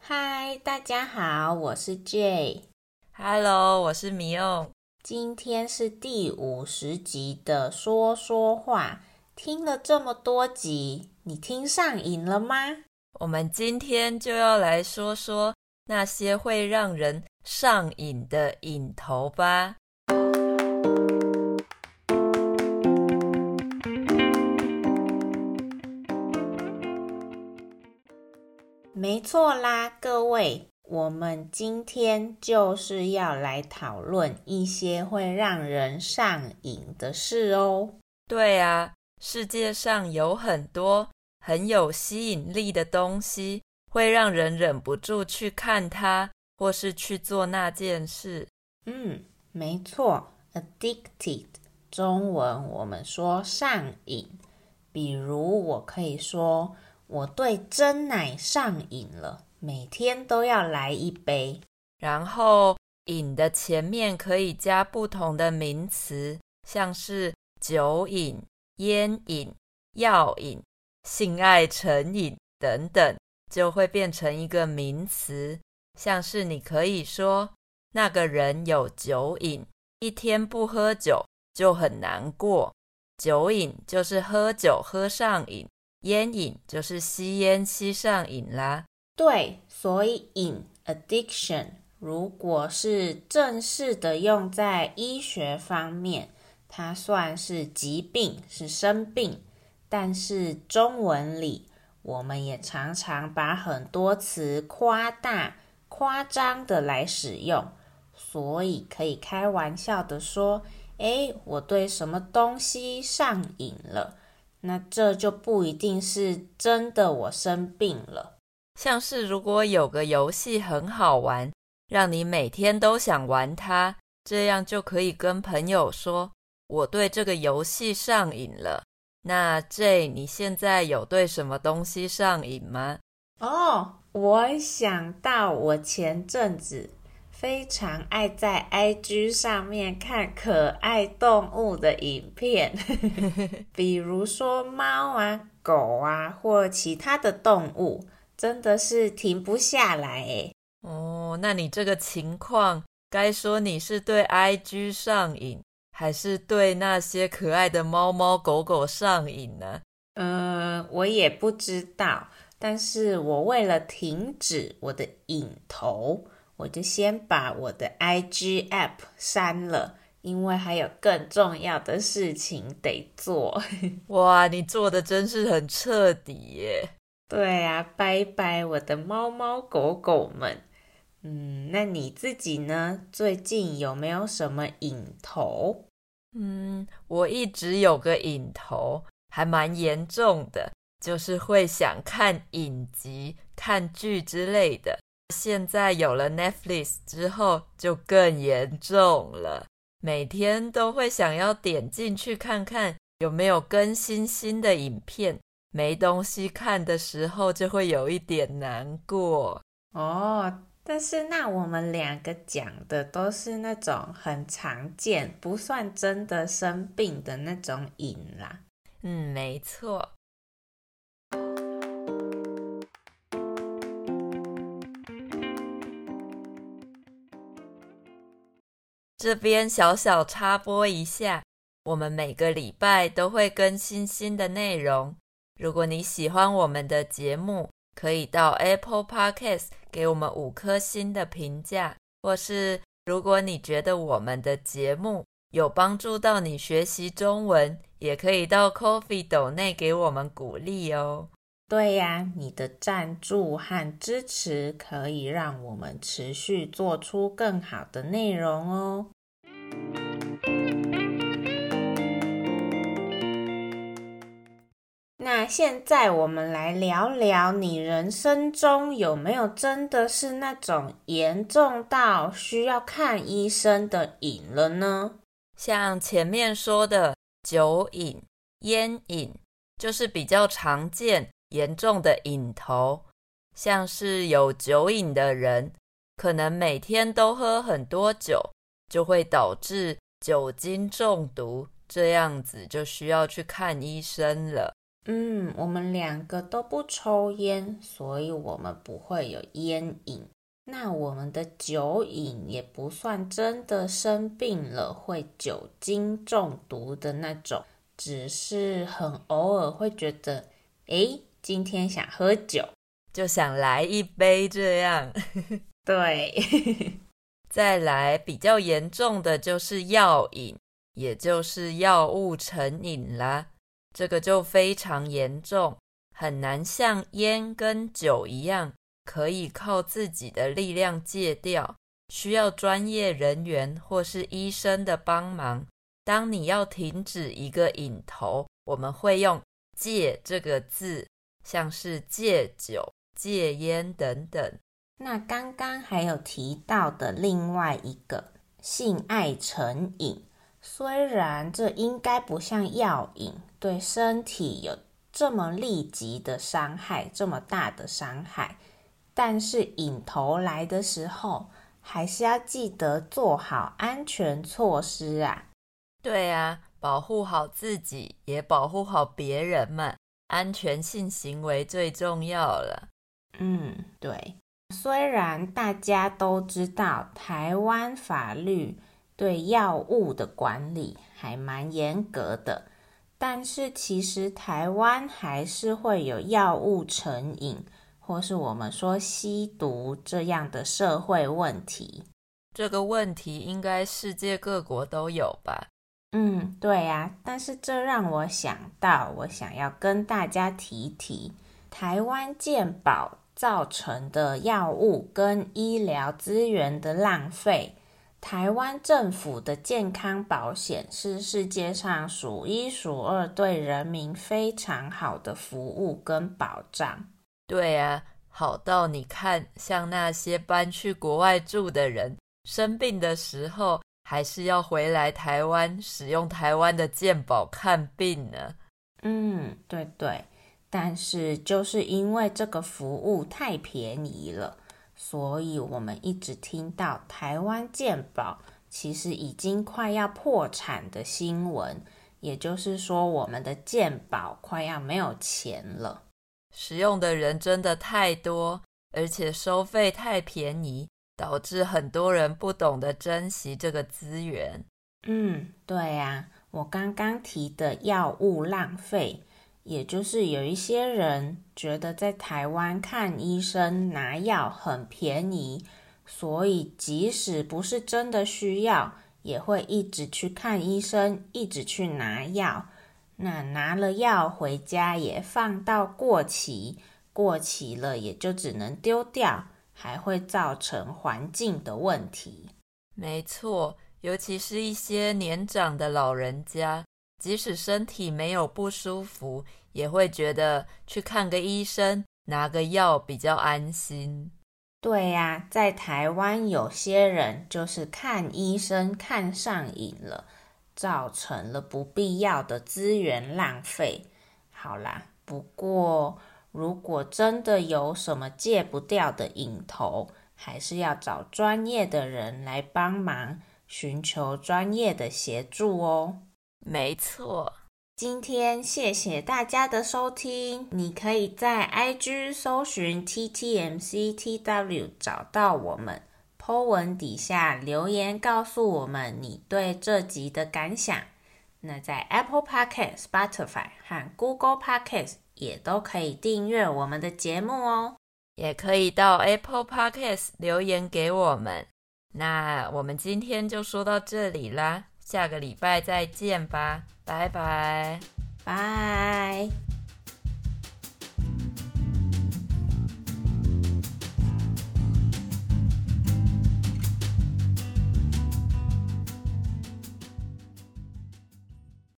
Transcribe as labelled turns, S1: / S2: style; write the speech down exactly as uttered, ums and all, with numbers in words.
S1: 嗨，大家好，我是 J。
S2: Hello， 我是米欧。
S1: 今天是第五十集的说说话，听了这么多集，你听上瘾了吗？
S2: 我们今天就要来说说那些会让人上瘾的瘾头吧。
S1: 没错啦，各位，我们今天就是要来讨论一些会让人上瘾的事哦。
S2: 对啊，世界上有很多很有吸引力的东西，会让人忍不住去看它，或是去做那件事。
S1: 嗯，没错 ，addicted， 中文我们说上瘾。比如我可以说，我对珍奶上瘾了，每天都要来一杯。
S2: 然后瘾的前面可以加不同的名词，像是酒瘾、烟瘾、药瘾、性爱成瘾等等，就会变成一个名词。像是你可以说，那个人有酒瘾，一天不喝酒就很难过。酒瘾就是喝酒喝上瘾，烟瘾就是吸烟吸上瘾啦。
S1: 对，所以瘾 addiction 如果是正式的用在医学方面，它算是疾病，是生病。但是中文里，我们也常常把很多词夸大、夸张的来使用，所以可以开玩笑的说，诶，我对什么东西上瘾了，那这就不一定是真的我生病了。
S2: 像是如果有个游戏很好玩，让你每天都想玩它，这样就可以跟朋友说，我对这个游戏上瘾了。那 J， 你现在有对什么东西上瘾吗？
S1: 哦，我想到我前阵子非常爱在 I G 上面看可爱动物的影片，比如说猫啊、狗啊或其他的动物，真的是停不下来耶。
S2: 哦，那你这个情况，该说你是对 I G 上瘾，还是对那些可爱的猫猫狗狗上瘾呢？
S1: 嗯，我也不知道，但是我为了停止我的瘾头，我就先把我的 I G app 删了，因为还有更重要的事情得做。
S2: 哇，你做的真是很彻底耶。
S1: 对啊，拜拜我的猫猫狗狗们。嗯，那你自己呢？最近有没有什么瘾头？
S2: 嗯，我一直有个瘾头，还蛮严重的，就是会想看影集、看剧之类的。现在有了 Netflix 之后，就更严重了，每天都会想要点进去看看有没有更新新的影片，没东西看的时候就会有一点难过。
S1: 哦，但是那我们两个讲的都是那种很常见，不算真的生病的那种瘾啦。
S2: 嗯，没错。这边小小插播一下，我们每个礼拜都会更新新的内容。如果你喜欢我们的节目，可以到 Apple Podcast 给我们五颗星的评价，或是如果你觉得我们的节目有帮助到你学习中文，也可以到 Ko-fi 斗内给我们鼓励哦。
S1: 对呀，你的赞助和支持可以让我们持续做出更好的内容哦。那现在我们来聊聊，你人生中有没有真的是那种严重到需要看医生的瘾了呢？
S2: 像前面说的酒瘾、烟瘾，就是比较常见严重的瘾头。像是有酒瘾的人，可能每天都喝很多酒，就会导致酒精中毒，这样子就需要去看医生了。
S1: 嗯，我们两个都不抽烟，所以我们不会有烟瘾。那我们的酒瘾也不算真的生病了，会酒精中毒的那种，只是很偶尔会觉得，诶，今天想喝酒，
S2: 就想来一杯这样。
S1: 对。
S2: 再来比较严重的就是药瘾，也就是药物成瘾啦。这个就非常严重，很难像烟跟酒一样可以靠自己的力量戒掉，需要专业人员或是医生的帮忙。当你要停止一个瘾头，我们会用戒这个字，像是戒酒、戒烟等等。
S1: 那刚刚还有提到的另外一个性爱成瘾，虽然这应该不像药瘾对身体有这么立即的伤害，这么大的伤害，但是瘾头来的时候，还是要记得做好安全措施啊。
S2: 对啊，保护好自己，也保护好别人嘛，安全性行为最重要了。
S1: 嗯，对。虽然大家都知道台湾法律对药物的管理还蛮严格的，但是其实台湾还是会有药物成瘾，或是我们说吸毒这样的社会问题。
S2: 这个问题应该世界各国都有吧？
S1: 嗯，对啊，但是这让我想到，我想要跟大家提提台湾健保造成的药物跟医疗资源的浪费。台湾政府的健康保险是世界上数一数二对人民非常好的服务跟保障。
S2: 对啊，好到你看，像那些搬去国外住的人，生病的时候还是要回来台湾使用台湾的健保看病呢。
S1: 嗯，对对。但是就是因为这个服务太便宜了，所以我们一直听到台湾健保其实已经快要破产的新闻，也就是说我们的健保快要没有钱了。
S2: 使用的人真的太多，而且收费太便宜，导致很多人不懂得珍惜这个资源。
S1: 嗯，对啊，我刚刚提的药物浪费，也就是有一些人觉得在台湾看医生拿药很便宜，所以即使不是真的需要，也会一直去看医生，一直去拿药。那拿了药回家也放到过期，过期了也就只能丢掉，还会造成环境的问题。
S2: 没错，尤其是一些年长的老人家，即使身体没有不舒服，也会觉得去看个医生，拿个药比较安心。
S1: 对呀，在台湾有些人就是看医生看上瘾了，造成了不必要的资源浪费。好啦，不过如果真的有什么戒不掉的瘾头，还是要找专业的人来帮忙，寻求专业的协助哦。
S2: 没错。
S1: 今天谢谢大家的收听，你可以在 I G 搜寻 T T M C T W 找到我们， po 文底下留言告诉我们你对这集的感想。那在 Apple Podcast、Spotify 和 Google Podcast 也都可以订阅我们的节目哦，
S2: 也可以到 Apple Podcast 留言给我们。那我们今天就说到这里啦，下个礼拜再见吧，拜拜。
S1: 拜。